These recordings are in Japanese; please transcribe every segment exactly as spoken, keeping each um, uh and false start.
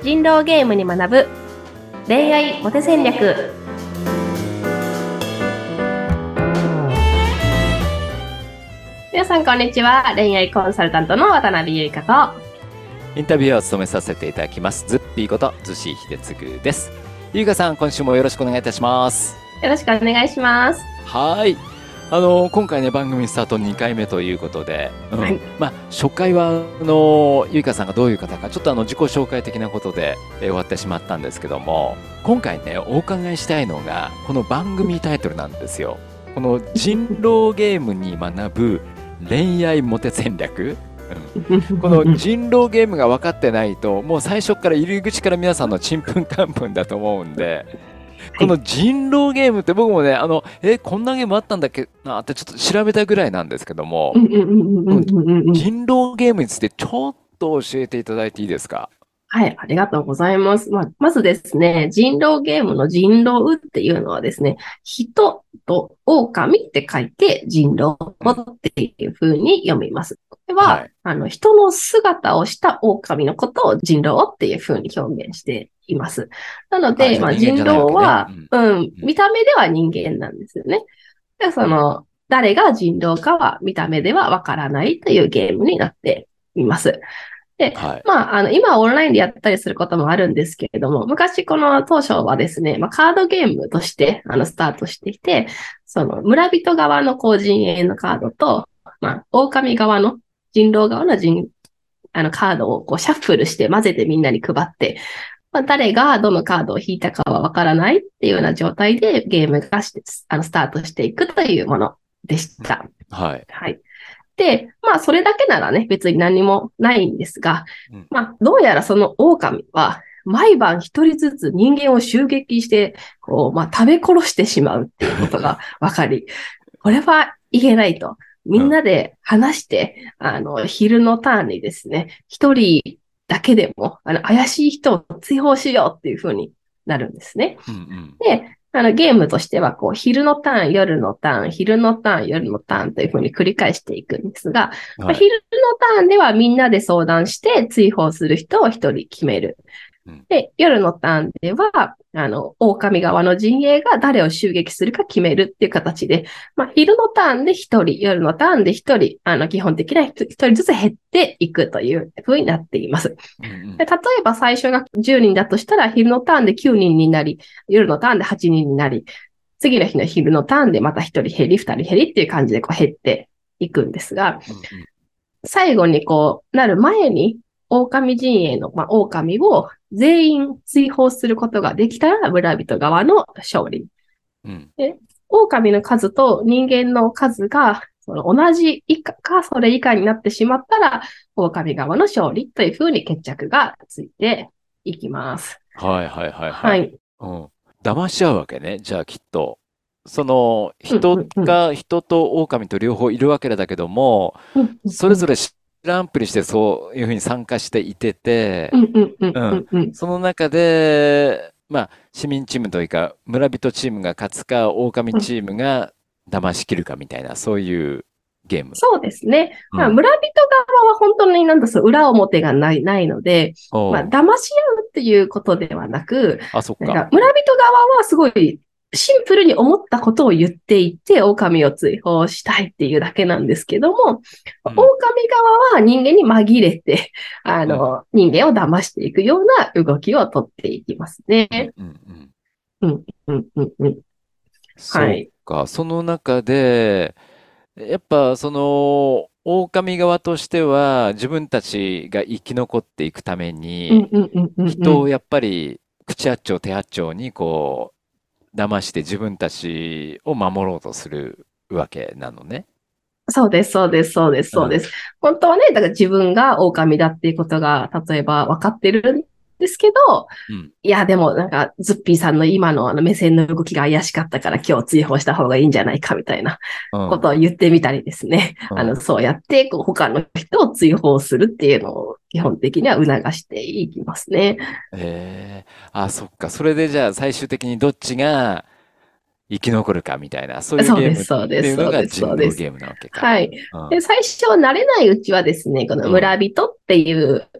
人狼ゲームに学ぶ恋愛モテ戦略。皆さんこんにちは。恋愛コンサルタントの渡辺優香とインタビューを務めさせていただきますズッピーこと逗子秀次です。優香さん、今週もよろしくお願いいたします。 よろしくお願いします。 はい。あの今回ね、番組スタートにかいめということで、うんはい、 まあ、初回はあの優香さんがどういう方かちょっとあの自己紹介的なことで、えー終わってしまったんですけども、今回ねお伺いしたいのがこの番組タイトルなんですよ。この人狼ゲームに学ぶ恋愛モテ戦略、うん、この人狼ゲームが分かってないともう最初から入り口から皆さんのちんぷんかんぷんだと思うんで、この人狼ゲームって僕もね、あの、え、こんなゲームあったんだっけなってちょっと調べたぐらいなんですけども、人狼ゲームについてちょっと教えていただいていいですか？ はい、ありがとうございます。まあ、まずですね、人狼ゲームの人狼っていうのはですね、人と狼って書いて人狼っていう風に読みます。これは、 はい。 あの、人の姿をした狼のことを人狼っていう風に表現しています。なのあ、 で、まあ、 じゃあ人間人じゃないわけね。 狼は、 うん。 うん、見た目では人間なんですよね。で、その、誰が人狼かは見た目ではわからないというゲームになっています。で、 はい。 まあ、あの、今オンラインでやったりすることもあるんですけれども、昔この当初はですね、まあ、カードゲームとして、あの、スタートしていて、その、村人側のこう陣営のカードと、まあ、狼側の、人狼側の人、あの、カードをこう、シャッフルして混ぜてみんなに配って、まあ、誰がどのカードを引いたかはわからないっていうような状態でゲームがして、あの、スタートしていくというものでした。 はい。 はい。で、まあ、それだけならね、別に何もないんですが、 うん。 まあ、どうやらその狼は、毎晩一人ずつ人間を襲撃して、こう、まあ、食べ殺してしまうっていうことが分かり、これはいけないと。みんなで話して、あの、昼のターンにですね、一人だけでも、あの、怪しい人を追放しようっていう風になるんですね。 うん。うん。 で、あの、ゲームとしては、こう、昼のターン、夜のターン、昼のターン、夜のターンというふうに繰り返していくんですが、まあ、 はい。 昼のターンではみんなで相談して追放する人を一人決める。 うん。 で、夜のターンでは、あの、狼側の陣営が誰を襲撃するか決めるっていう形で、まあ、昼のターンで一人、夜のターンで一人、あの、基本的な一人ずつ減っていくという風になっています。 うん。うん。 で、例えば最初がじゅうにんだとしたら、昼のターンできゅうにんになり、夜のターンではちにんになり、次の日の昼のターンでまたひとり減り、ふたり減りっていう感じでこう減っていくんですが、 うん。うん。 最後にこうなる前に、狼陣営の、まあ、狼を全員追放することができたら、村人側の勝利。 うん。 で、狼の数と人間の数がその同じ以下か、それ以下になってしまったら、狼側の勝利というふうに決着がついていきます。 はいはいはいはい。 はい。 うん。騙し合うわけね。じゃあきっと。そのうんう人んうん。 が人と狼と両方いるわけだけども、 うんうんうん。 それぞれ知らんぷりしてそういうふうに参加していてて、 うんうんうんうん。 うんうん。 その中で、まあ、市民チームというか、村人チームが勝つか、狼うん。 チームが騙し切るかみたいな、そういうゲーム。 そうですね。まあ、 うん。 村人側は本当になんだそう、裏表がない、ないので、まあ、 おう。 騙し合うっていうことではなく、 あ、そっか。 なんか村人側はすごいシンプルに思ったことを言っていて、狼を追放したいっていうだけなんですけども、狼うん。 側は人間に紛れて、あうん。 の、人間を騙していくような動きをとっていきますうん。 ね。 うん。うん。 うん、うん、うん、うん。はそうい。 か。その中で、やっぱその、狼側としては自分たちが生き残っていくためうん、 に、 うん、うん、うん、うん。 人をやっぱり口八丁手八丁にこう騙して自分たちを守ろうとするわけなのね。 そうです、そうです、そうです、 うん。 そうです。本当はね、だから自分が狼だっていうことが、例えば分かってるんですけど、 うん。 いや、でもなんか、ズッピーさんの今のあの目線の動きが怪しかったから今日追放した方がいいんじゃないかみたいなうん。 ことを言ってみたりですね。あの、 うん。 そうやって、こう、他の人を追放するっていうのを基本的には促していきますね。 ええ、あ、そっか。それでじゃあ最終的にどっちが生き残るかみたいな、そういうそうです、 ゲームっそうです、 ていうのそうです、そが人うです。 狼ゲームなわけか。 はい。で、 うん。 最初慣れないうちはですね、このうん。 村人っていう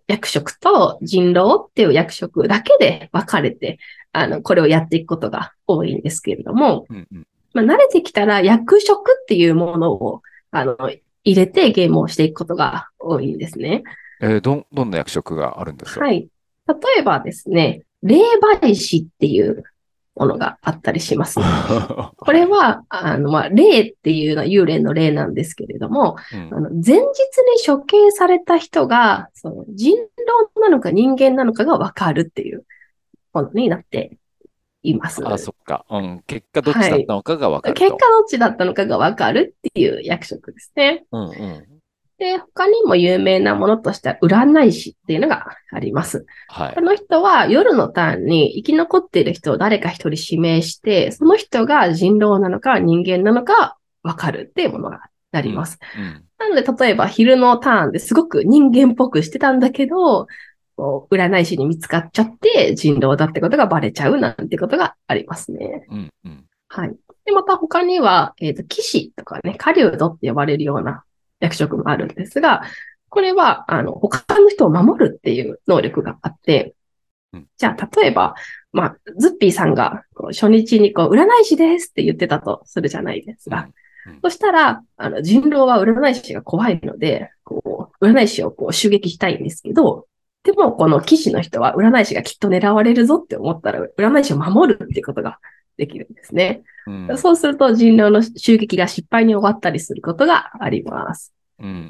役職と人狼っていう役職だけで分かれて、あの、これをやっていくことが多いんですけれども、 うんうん。 まあ、慣れてきたら役職っていうものを、あの、入れてゲームをしていくことが多いんですね。 えーどん、どんな役職があるんですか？ はい。例えばですね、霊媒師っていうものがあったりします。こはい。 れは、あの、まあ、霊っていうのは幽霊の霊なんですけれども、 うん。 あの、前日に処刑された人が、その人狼なのか人間なのかがわかるっていうものになっていまあ、 す。 そっか。うん。結果どっちだっはい。 たのかがわかると。 結果どっちだったのかがわかるっていう役職ですね。 うんうん。 で、他にも有名なものとしては、占い師っていうのがあります。 はい。 この人は夜のターンに生き残っている人を誰か一人指名して、その人が人狼なのか人間なのかわかるっていうものがなうん。 ります。 うん。 なので、例えば昼のターンですごく人間っぽくしてたんだけど、こう占い師に見つかっちゃって人狼だってことがバレちゃうなんてことがありますね。 うん。うん。 はい。で、また他には、えっと、騎士とかね、狩人って呼ばれるような役職もあるんですが、これは、あの、他の人を守るっていう能力があって、 うん。 じゃあ、例えば、まあ、ズッピーさんがこう初日にこう、占い師ですって言ってたとするじゃないですか。 うん。うん。 そしたら、あの、人狼は占い師が怖いので、こう、占い師をこう襲撃したいんですけど、でも、この騎士の人は占い師がきっと狙われるぞって思ったら、占い師を守るっていうことができるんですね。 うん。 そうすると人狼の襲撃が失敗に終わったりすることがあります。 うん。うん。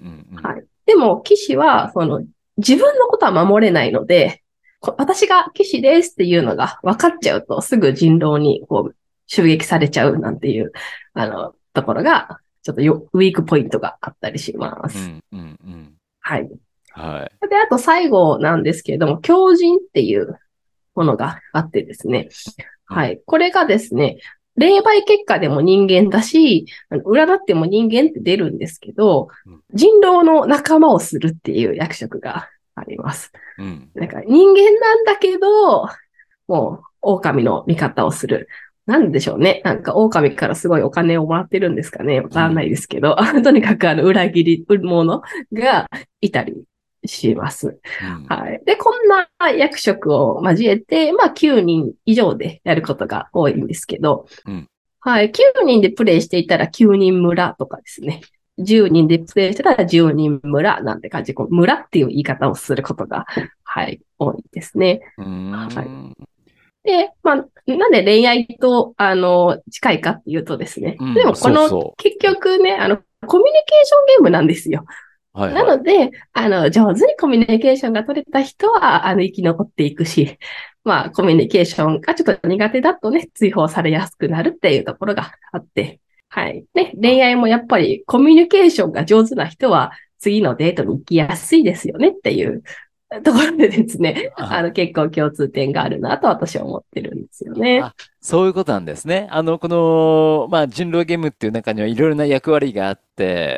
はい。でも、騎士は、その、自分のことは守れないので、こ私が騎士ですっていうのが分かっちゃうと、すぐ人狼にこう襲撃されちゃうなんていう、あの、ところが、ちょっとよウィークポイントがあったりします。 うん。うん。うん。 はい。 はい。 で、あと最後なんですけれども、狂人っていうものがあってですね。 うん。 はい。これがですね、霊媒結果でも人間だし、あの占っても人間って出るんですけど、 うん。 人狼の仲間をするっていう役職があります。 うん。 なんか人間なんだけど、もう狼の味方をする。なんでしょうね。なんか狼からすごいお金をもらってるんですかね。わからないですけど、とにかくあの裏切り者がいたりします。 うん。 はい。で、こんな役職を交えて、まあきゅうにん以上でやることが多いんですけど、 うん。 はい。きゅうにんでプレイしていたらきゅうにん村とかですね。じゅうにんでプレイしてたらじゅうにん村なんて感じで、こう村っていう言い方をすることが、はい、多いですね。 うーはい。 ん。 で、まあ、なんで恋愛と、あの、近いかっていうとですね。でうん。 もこの、 そうそ結う。うん。 局ね、あの、コミュニケーションゲームなんですよ。 はいはい。 なので、あの、上手にコミュニケーションが取れた人は、あの、生き残っていくし、まあ、コミュニケーションがちょっと苦手だとね、追放されやすくなるっていうところがあって、はい。ね、恋あ、 愛もやっぱりコミュニケーションが上手な人は、次のデートに行きやすいですよねっていうところでですね、ああ、 の、結構共通点があるなと私は思ってるんですよね。 あ、そういうことなんですね。あの、この、まあ、人狼ゲームっていう中にはいろいろな役割があって、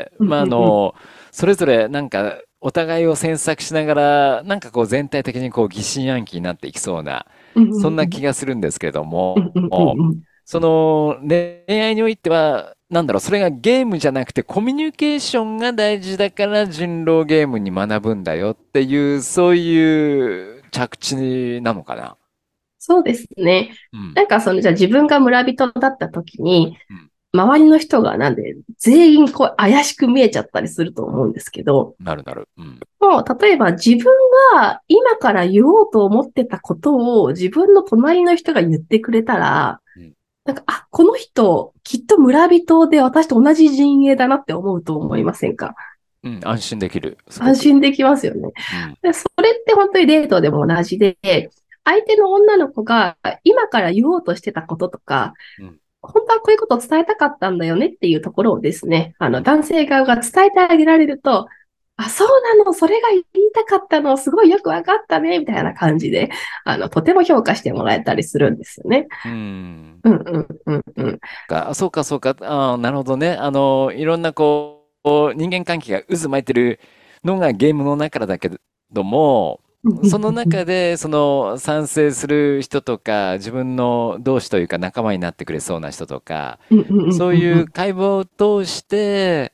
うんまあ、あうんうん。 の、それぞれなんか、お互いを詮索しながら、なんかこう全体的にこう疑心暗鬼になっていきそうな、 うんうそんな気んがするんですけれども、 うんうんうんうん。 その恋愛においては、なんだろう、それがゲームじゃなくてコミュニケーションが大事だから人狼ゲームに学ぶんだよっていう、そういう着地なのかな。 そうですね。 うん。 なんかその、じゃあ自分が村人だった時に、 うん。 周りの人がなんで全員こう怪しく見えちゃったりすると思うんですけど、 なるなる。うん。 もう例えば自分が今から言おうと思ってたことを自分の隣の人が言ってくれたら、 うん。 なんか、あ、この人、きっと村人で私と同じ陣営だなって思うと思いませんか？ うん、安心できる。すごく。 安心できますよね。 うん。 でそれって本当にデートでも同じで、相手の女の子が今から言おうとしてたこととか、 うん。 本当はこういうことを伝えたかったんだよねっていうところをですね、あの、 うん。 男性側が伝えてあげられると、あ、そうなの、それが言いたかったの、すごいよくわかったね、みたいな感じで、あの、とても評価してもらえたりするんですよね。 うん。 うんうんうんうん。 か、そうか、そうか。あー、なるほどね。あの、いろんなこう、人間関係が渦巻いてるのがゲームの中だけども、 うんうんそのうん中で、その賛成する人とか、自分の同志というか仲間になってくれそうな人とか、 うんうんうんそううんうん。 いう会話を通して、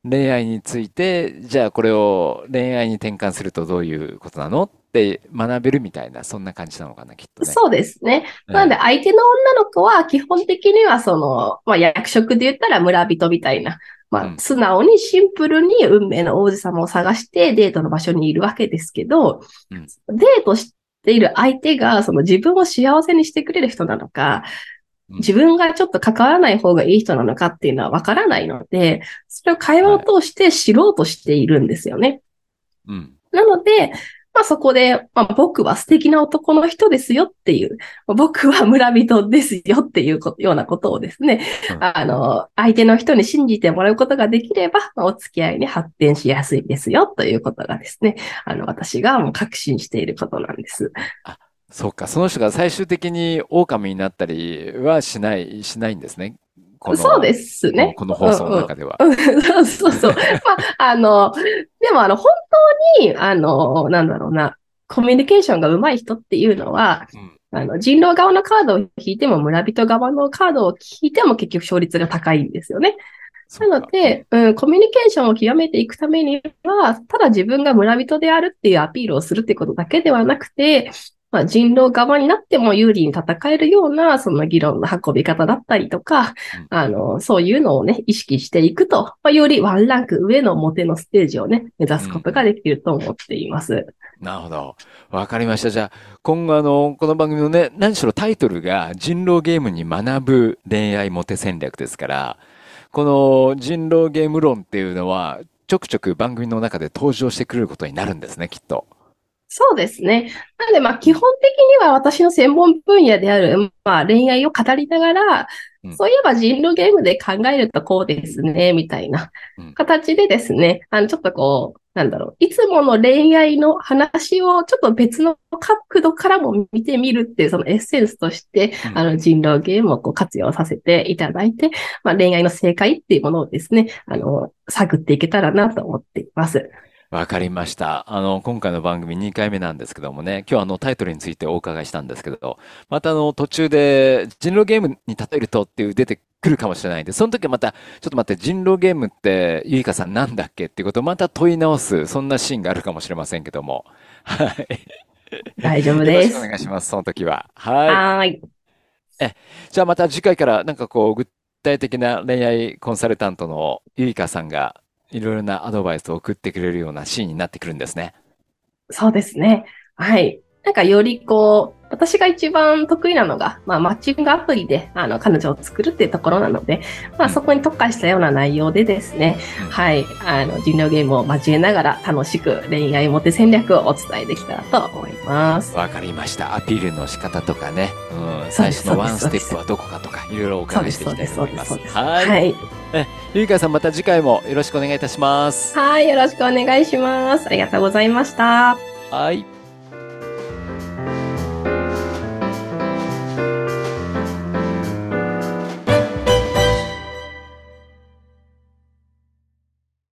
恋愛について、じゃあこれを恋愛に転換するとどういうことなのって学べるみたいな、そんな感じなのかな、きっとね。 そうですね。なので、 ええ。 相手の女の子は基本的には、その、まあ、役職で言ったら村人みたいな、まあ、 うん。 素直にシンプルに運命の王子様を探してデートの場所にいるわけですけど、 うん。 デートしている相手が、その自分を幸せにしてくれる人なのか、 うん。 自分がちょっと関わらない方がいい人なのかっていうのはわからないので、それを会話をはい。 通して知ろうとしているんですよね。 うん。 なので、まあそこで、まあ僕は素敵な男の人ですよっていう、僕は村人ですよっていうこようなことをですね、 うん。 あの、相手の人に信じてもらうことができれば、まあお付き合いに発展しやすいですよということがですね、あの、私がもう確信していることなんです。 あ、そうか。その人が最終的に狼になったりはしない、しないんですね。この、 そうですうん、 ね。 この放送のうんうん。 中では。 うんそうそうそう。まあ、あの、でもあの、本当に、あの、なんだろうな、コミュニケーションが上手い人っていうのは、 うん。 あの、人狼側のカードを引いても村人側のカードを引いても結局勝率が高いんですよね。なのそうか。うん。 で、うん、コミュニケーションを極めていくためには、ただ自分が村人であるっていうアピールをするっていうことだけではなくて、まあ、人狼側になっても有利に戦えるような、その議論の運び方だったりとか、 うん。 あの、そういうのをね、意識していくと、まあ、よりワンランク上のモテのステージをね、目指うん。 すことうん。 ができると思っています。 なるほど。わかりました。じゃあ、今後あの、この番組のね、何しろタイトルが人狼ゲームに学ぶ恋愛モテ戦略ですから、この人狼ゲーム論っていうのは、ちょくちょく番組の中で登場してくることになるんですね、きっと。 そうですね。なので、まあ、 うん。 基本的には私の専門分野である、まあ、恋愛を語りながら、 うん。 そういえば人狼ゲームで考えるとこうですね、みたいなうん。 形でですね、あの、ちょっとこう、なんだろう、いつもの恋愛の話をちょっと別の角度からも見てみるっていう、そのエッセンスとして、 うん。 あの、人狼ゲームをこう活用させていただいて、まあ、恋愛の正解っていうものをですね、 うん。 あの、探っていけたらなと思っています。 わかりました。あの、今回の番組にかいめなんですけどもね、今日あのタイトルについてお伺いしたんですけど、またあの途中で人狼ゲームに例えるとっていう出てくるかもしれないんで、その時はまた、ちょっと待って、人狼ゲームってゆいかさんなんだっけっていうことをまた問い直す、そんなシーンがあるかもしれませんけども。はい。 大丈夫よろしくおです。 願いします、その時は。はい。 はーい。 え、じゃあまた次回からなんかこう、具体的な恋愛コンサルタントのゆいかさんがいろいろなアドバイスを送ってくれるようなシーンになってくるんですね。 そうですね。はい。なんかよりこう、私が一番得意なのが、まあ、マッチングアプリで、あの、彼女を作るっていうところなので、まあ、 うん。 そこに特化したような内容でですね、 うん。 はい。あの、人狼ゲームを交えながら楽しく恋愛モテ戦略をお伝えできたらと思います。 わかりました。アピールの仕方とかね、うん、 そうです、 最初のそうです、 ワンステップそうです。 はどこかとか、いろいろおそうです、 伺いしていきたいそうです、そうです、 と思います。 そうです。 はい。 はい。 え、ゆいかいさんまた次回もよろしくお願いいたします。 はい。よろしくお願いします。ありがとうございました。 はい。